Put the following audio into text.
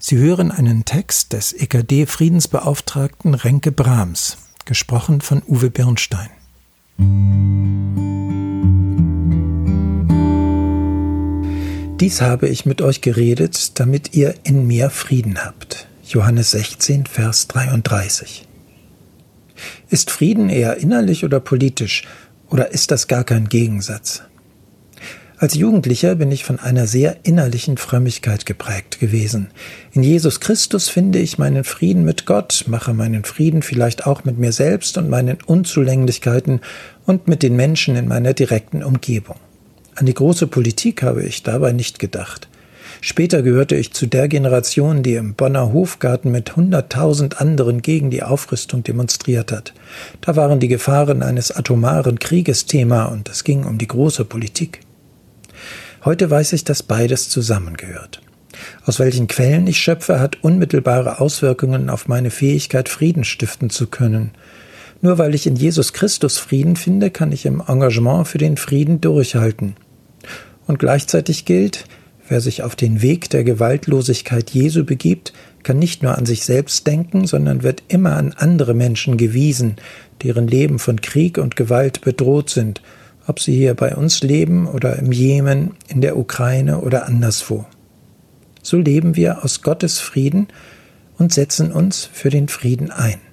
Sie hören einen Text des EKD-Friedensbeauftragten Renke Brahms, gesprochen von Uwe Birnstein. Dies habe ich mit euch geredet, damit ihr in mir Frieden habt. Johannes 16, Vers 33. Ist Frieden eher innerlich oder politisch, oder ist das gar kein Gegensatz? Als Jugendlicher bin ich von einer sehr innerlichen Frömmigkeit geprägt gewesen. In Jesus Christus finde ich meinen Frieden mit Gott, mache meinen Frieden vielleicht auch mit mir selbst und meinen Unzulänglichkeiten und mit den Menschen in meiner direkten Umgebung. An die große Politik habe ich dabei nicht gedacht. Später gehörte ich zu der Generation, die im Bonner Hofgarten mit 100.000 anderen gegen die Aufrüstung demonstriert hat. Da waren die Gefahren eines atomaren Krieges Thema und es ging um die große Politik. Heute weiß ich, dass beides zusammengehört. Aus welchen Quellen ich schöpfe, hat unmittelbare Auswirkungen auf meine Fähigkeit, Frieden stiften zu können. Nur weil ich in Jesus Christus Frieden finde, kann ich im Engagement für den Frieden durchhalten. Und gleichzeitig gilt, wer sich auf den Weg der Gewaltlosigkeit Jesu begibt, kann nicht nur an sich selbst denken, sondern wird immer an andere Menschen gewiesen, deren Leben von Krieg und Gewalt bedroht sind, ob sie hier bei uns leben oder im Jemen, in der Ukraine oder anderswo. So leben wir aus Gottes Frieden und setzen uns für den Frieden ein.